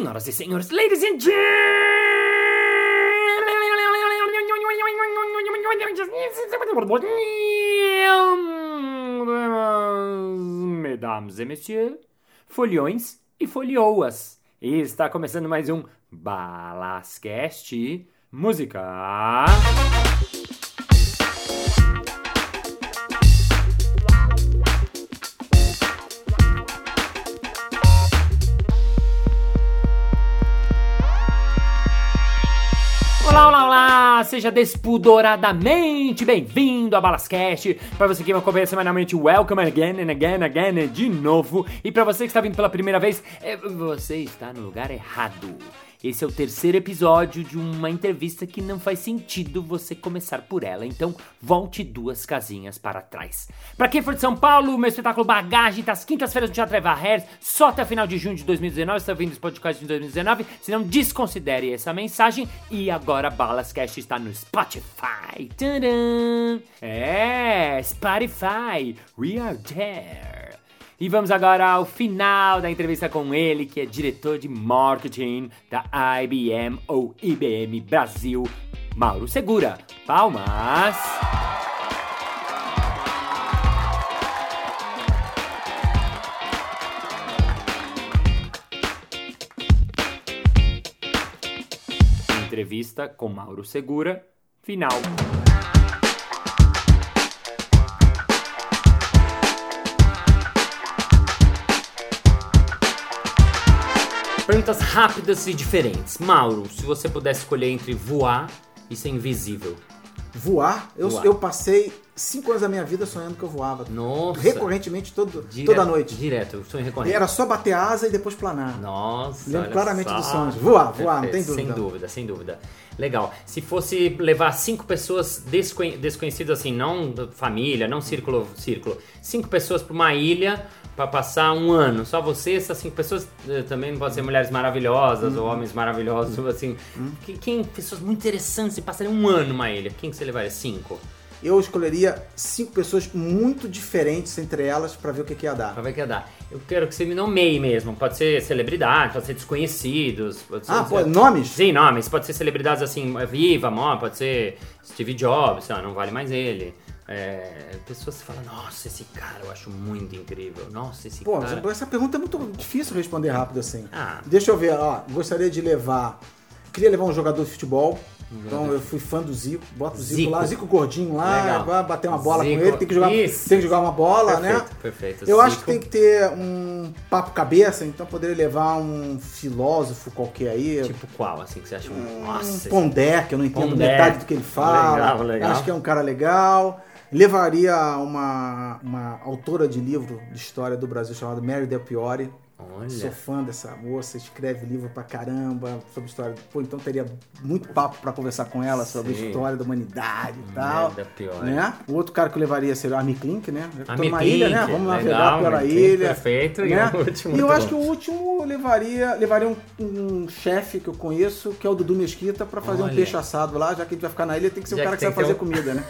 Senhoras e senhores, ladies and mesdames et messieurs, foliões e folioas. E está começando mais um Balascast Música. Olá, olá, olá! Seja despudoradamente bem-vindo a Balascast. Para você que me acompanha semanalmente, welcome again and again, again, de novo. E para você que está vindo pela primeira vez, você está no lugar errado. Esse é o terceiro episódio de uma entrevista que não faz sentido você começar por ela, então volte 2 casinhas para trás. Para quem for de São Paulo, meu espetáculo Bagagem tá às quintas-feiras no Teatro Eva Herz, só até o final de junho de 2019, você está ouvindo esse podcast de 2019, se não desconsidere essa mensagem. E agora Balascast está no Spotify. Tadã! Spotify, we are there. E vamos agora ao final da entrevista com ele, que é diretor de marketing da IBM ou IBM Brasil, Mauro Segura. Palmas! Entrevista com Mauro Segura, final. Perguntas rápidas e diferentes. Mauro, se você pudesse escolher entre voar e ser invisível. Voar? Eu passei 5 anos da minha vida sonhando que eu voava. Nossa! Recorrentemente, toda noite. Direto, sonho recorrente. E era só bater a asa e depois planar. Nossa, lembro claramente só. dos sonhos. Voar, não tem dúvida. Sem dúvida. Legal. Se fosse levar 5 pessoas desconhecidas, assim, não família, não círculo. 5 pessoas para uma ilha para passar um ano. Só você, essas 5 pessoas, também não podem ser mulheres maravilhosas ou homens maravilhosos, assim. Pessoas muito interessantes e passarem um ano numa ilha. Quem que você levaria? 5? Eu escolheria 5 pessoas muito diferentes entre elas pra ver o que ia dar. Pra ver o que ia dar. Eu quero que você me nomeie mesmo. Pode ser celebridade, pode ser desconhecidos. Pode ser, nomes? Sim, nomes. Pode ser celebridades assim, viva, pode ser Steve Jobs, não vale mais ele. Pessoas que falam, nossa, esse cara eu acho muito incrível. Nossa, esse cara... Essa pergunta é muito difícil responder rápido assim. Ah. Deixa eu ver, gostaria de levar... Queria levar um jogador de futebol. Então eu fui fã do Zico, bota o Zico lá, Zico gordinho lá, vai bater uma bola Zico. com ele, tem que jogar uma bola, Perfeito. Eu acho que tem que ter um papo cabeça, então poderia levar um filósofo qualquer aí. Tipo qual, assim, que você acha? Nossa, Pondé, que eu não entendo metade do que ele fala. Legal. Acho que é um cara legal. Levaria uma autora de livro de história do Brasil chamada Mary Del Piore. Olha. Sou fã dessa moça, escreve livro pra caramba sobre história. Então teria muito papo pra conversar com ela sobre a história da humanidade e tal. Né? O outro cara que eu levaria seria o Armin Klink, né? Tô numa ilha, né? Vamos navegar pela ilha. Perfeito. Né? E o último? E eu acho que o último eu levaria um chefe que eu conheço, que é o Dudu Mesquita, pra fazer um peixe assado lá, já que a gente vai ficar na ilha, tem que ser um cara que sabe fazer comida, né?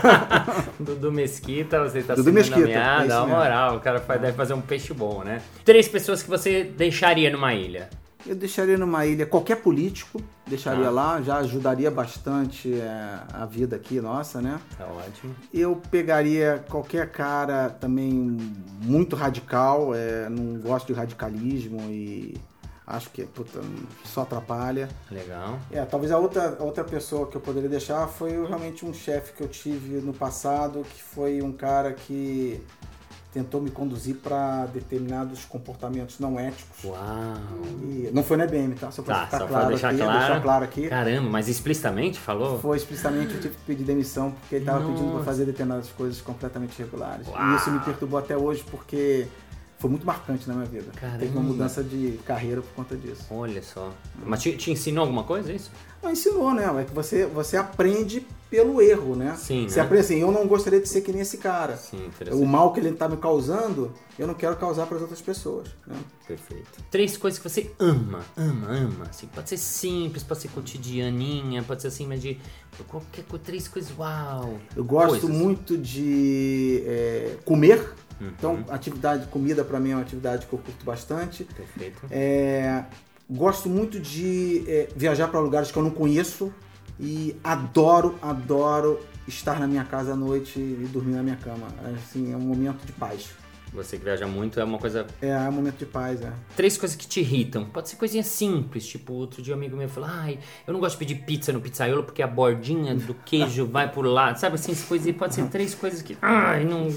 Dudu Mesquita, você tá Dudu sendo Mesquita, nomeado, dá uma moral, o cara deve fazer um peixe bom, né? 3 pessoas que você deixaria numa ilha? Eu deixaria numa ilha qualquer político, deixaria lá, já ajudaria bastante a vida aqui nossa, né? Tá ótimo. Eu pegaria qualquer cara também muito radical, não gosto de radicalismo e acho que só atrapalha. Legal. Talvez a outra pessoa que eu poderia deixar foi realmente um chefe que eu tive no passado, que foi um cara que tentou me conduzir para determinados comportamentos não éticos. Uau! E não foi na IBM, tá? Só para deixar claro aqui. Caramba, mas explicitamente falou? Foi explicitamente, eu tive que pedir demissão porque ele estava pedindo para fazer determinadas coisas completamente irregulares. Uau. E isso me perturbou até hoje porque foi muito marcante na minha vida. Caramba. Teve uma mudança de carreira por conta disso. Olha só. Mas te ensinou alguma coisa isso? Não, ensinou, né? É que você aprende pelo erro, né? Sim, você né? aprende assim, eu não gostaria de ser que nem esse cara. Sim, interessante. O mal que ele está me causando, eu não quero causar para as outras pessoas, né? Perfeito. 3 coisas que você ama. Assim, pode ser simples, pode ser cotidianinha, pode ser assim, mas de qualquer coisa, 3 coisas, uau. Eu gosto muito de comer. Então, atividade de comida para mim é uma atividade que eu curto bastante. Perfeito. Gosto muito de viajar para lugares que eu não conheço e adoro estar na minha casa à noite e dormir na minha cama. Assim, é um momento de paz. Você que viaja muito é uma coisa... É um momento de paz, 3 coisas que te irritam. Pode ser coisinha simples, tipo, outro dia um amigo meu falou, eu não gosto de pedir pizza no pizzaiolo porque a bordinha do queijo vai por lá. Sabe assim, pode ser 3 coisas que... não...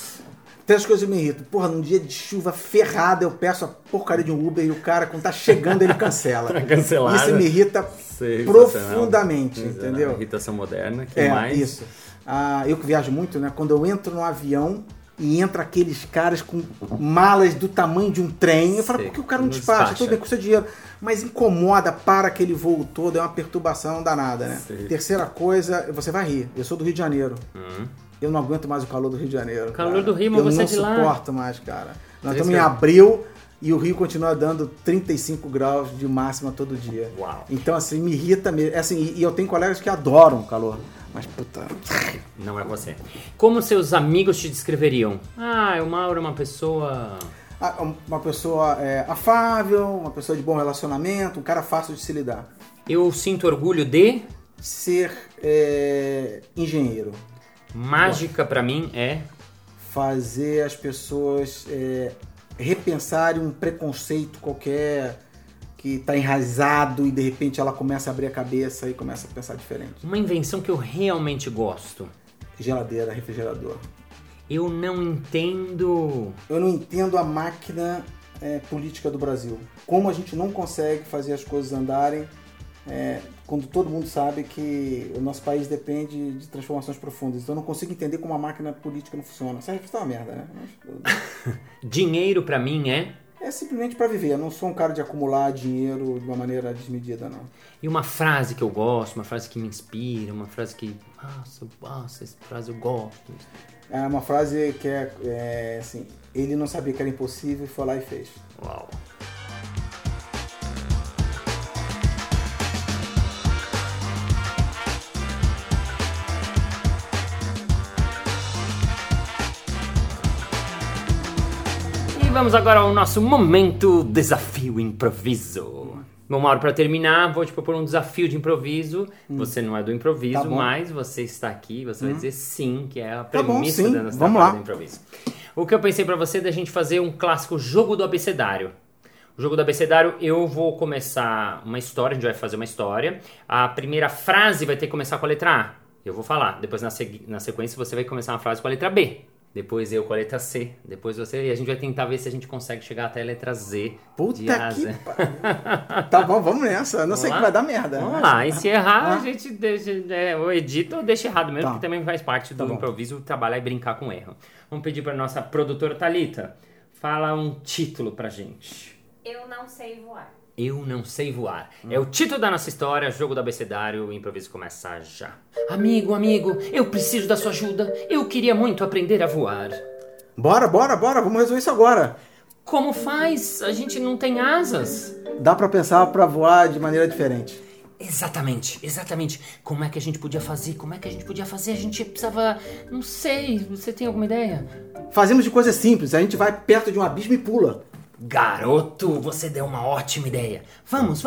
3 coisas que me irritam. Porra, num dia de chuva ferrada, eu peço a porcaria de um Uber e o cara, quando tá chegando, ele cancela. Cancelado. Isso me irrita profundamente, entendeu? Irritação moderna, que mais? Isso. Eu que viajo muito, né? Quando eu entro no avião e entra aqueles caras com malas do tamanho de um trem, eu falo, por que o cara não despacha? Tudo bem, custa dinheiro. Mas incomoda, para aquele voo todo, é uma perturbação danada, né? Sei. Terceira coisa, você vai rir. Eu sou do Rio de Janeiro. Eu não aguento mais o calor do Rio de Janeiro. O calor do Rio, mas você é de lá. Eu não suporto mais, cara. Nós estamos em abril e o Rio continua dando 35 graus de máxima todo dia. Uau. Então, assim, me irrita mesmo. Assim, e eu tenho colegas que adoram o calor. Mas, puta... Não é você. Como seus amigos te descreveriam? O Mauro é uma pessoa... Uma pessoa afável, uma pessoa de bom relacionamento, um cara fácil de se lidar. Eu sinto orgulho de... Ser engenheiro. Mágica pra mim é... Fazer as pessoas repensarem um preconceito qualquer que está enraizado e de repente ela começa a abrir a cabeça e começa a pensar diferente. Uma invenção que eu realmente gosto. Geladeira, refrigerador. Eu não entendo a máquina política do Brasil. Como a gente não consegue fazer as coisas andarem quando todo mundo sabe que o nosso país depende de transformações profundas. Então eu não consigo entender como a máquina política não funciona. Essa refeição é uma merda, né? Dinheiro pra mim é... É simplesmente pra viver. Eu não sou um cara de acumular dinheiro de uma maneira desmedida, não. E uma frase que eu gosto, uma frase que me inspira, uma frase que... Nossa, essa frase eu gosto. É uma frase que é assim... Ele não sabia que era impossível e foi lá e fez. Uau. E vamos agora ao nosso momento desafio improviso. Bom, Mauro, para terminar, vou te propor um desafio de improviso. Você não é do improviso, mas você está aqui, você vai dizer sim, que é a premissa da nossa trabalho do improviso. O que eu pensei para você é da gente fazer um clássico jogo do abecedário. O jogo do abecedário, eu vou começar uma história, a gente vai fazer uma história. A primeira frase vai ter que começar com a letra A. Eu vou falar. Depois, na sequência, você vai começar uma frase com a letra B. Depois eu com a letra C. Depois você... E a gente vai tentar ver se a gente consegue chegar até a letra Z. Puta que pariu. Tá bom, vamos nessa. Eu não sei que vai dar merda. Vamos lá. E se errar, a gente deixa, ou edita ou deixa errado mesmo, porque também faz parte do improviso trabalhar e brincar com erro. Vamos pedir para nossa produtora Thalita. Fala um título pra gente. Eu não sei voar. Eu não sei voar. É o título da nossa história, jogo do abecedário, o improviso começa já. Amigo, eu preciso da sua ajuda. Eu queria muito aprender a voar. Bora, vamos resolver isso agora. Como faz? A gente não tem asas. Dá pra pensar pra voar de maneira diferente. Exatamente. Como é que a gente podia fazer? A gente precisava... Não sei, você tem alguma ideia? Fazemos de coisas simples, a gente vai perto de um abismo e pula. Garoto, você deu uma ótima ideia. Vamos.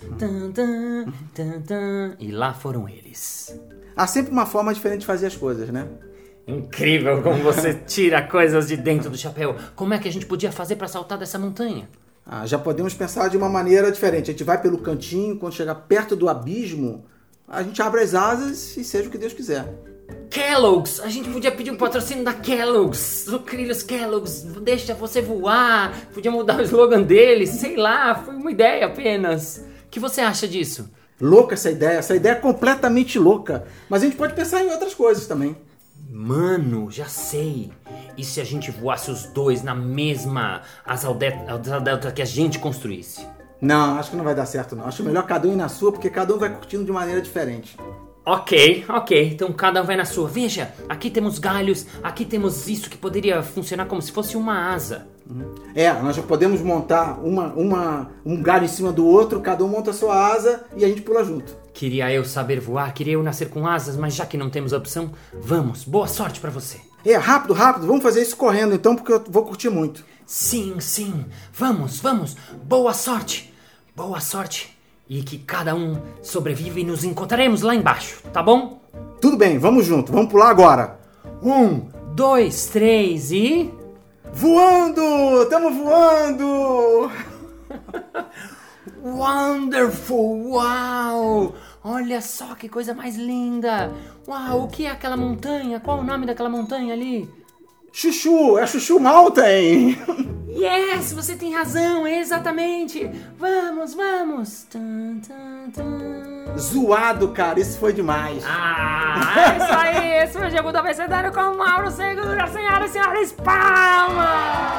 E lá foram eles. Há sempre uma forma diferente de fazer as coisas, né? Incrível como você tira coisas de dentro do chapéu. Como é que a gente podia fazer para saltar dessa montanha? Já podemos pensar de uma maneira diferente. A gente vai pelo cantinho, quando chegar perto do abismo, a gente abre as asas e seja o que Deus quiser. Kellogg's! A gente podia pedir um patrocínio da Kellogg's. Sucrilhos Kellogg's, deixa você voar. Podia mudar o slogan deles, sei lá, foi uma ideia apenas. O que você acha disso? Louca essa ideia é completamente louca. Mas a gente pode pensar em outras coisas também. Mano, já sei. E se a gente voasse os dois na mesma asa delta que a gente construísse? Não, acho que não vai dar certo não. Acho melhor cada um ir na sua, porque cada um vai curtindo de maneira diferente. Ok. Então cada um vai na sua. Veja, aqui temos galhos, aqui temos isso que poderia funcionar como se fosse uma asa. Nós já podemos montar um galho em cima do outro, cada um monta a sua asa e a gente pula junto. Queria eu saber voar, queria eu nascer com asas, mas já que não temos opção, vamos, boa sorte pra você. Rápido, vamos fazer isso correndo então, porque eu vou curtir muito. Sim, vamos, boa sorte. boa sorte e que cada um sobreviva e nos encontraremos lá embaixo, tá bom? Tudo bem, vamos junto, vamos pular agora. 1, 2, 3 e... Voando! Tamo voando! Wonderful! Uau! Olha só que coisa mais linda! Uau, o que é aquela montanha? Qual o nome daquela montanha ali? Chuchu! É Chuchu Mountain! Yes, você tem razão, exatamente! Vamos, vamos! Tum, tum, tum. Zoado, cara, isso foi demais. É isso aí! Esse foi o Jogo do Abecedário com o Mauro Segura, senhoras e senhores, palmas!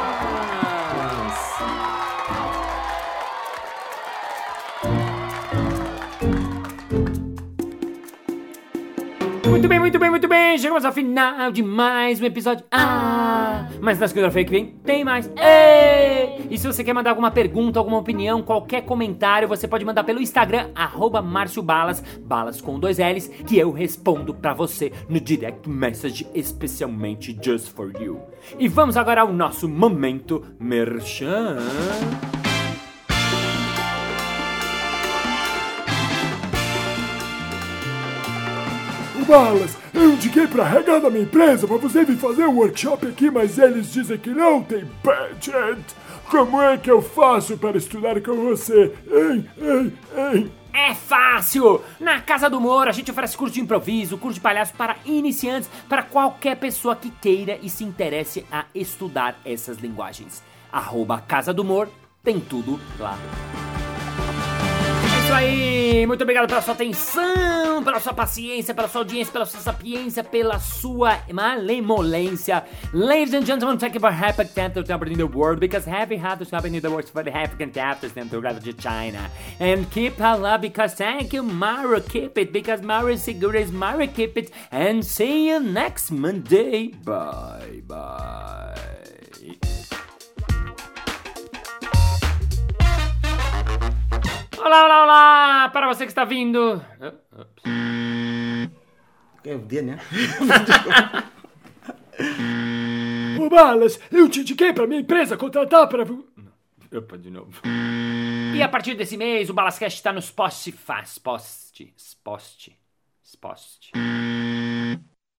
Muito bem, muito bem, muito bem! Chegamos ao final de mais um episódio. Mas na segunda-feira que vem tem mais. E se você quer mandar alguma pergunta, alguma opinião, qualquer comentário, você pode mandar pelo Instagram, @MárcioBalas, balas com 2 L's, que eu respondo pra você no direct message, especialmente just for you. E vamos agora ao nosso momento merchan. Balas, eu indiquei pra RH da minha empresa pra você vir fazer um workshop aqui, mas eles dizem que não tem budget. Como é que eu faço para estudar com você, hein? É fácil! Na Casa do Humor a gente oferece curso de improviso, curso de palhaço para iniciantes, para qualquer pessoa que queira e se interesse a estudar essas linguagens. @Casa do Humor, tem tudo lá. É isso aí! Muito obrigado pela sua atenção, pela sua paciência, pela sua audiência, pela sua sapiência, pela sua malemolência. Ladies and gentlemen, thank you for having captors in the world, because having happens happening in the world for the African captors and to to China. And keep our love, because thank you, Mauro, keep it, because Mauro Segura is Mauro, keep it, and see you next Monday. Bye, bye. Olá, olá, olá! Para você que está vindo... É o D, né? Ô Balas, eu te indiquei pra minha empresa contratar para... Opa, de novo. E a partir desse mês, o Balascast está no Spotify. Spotify.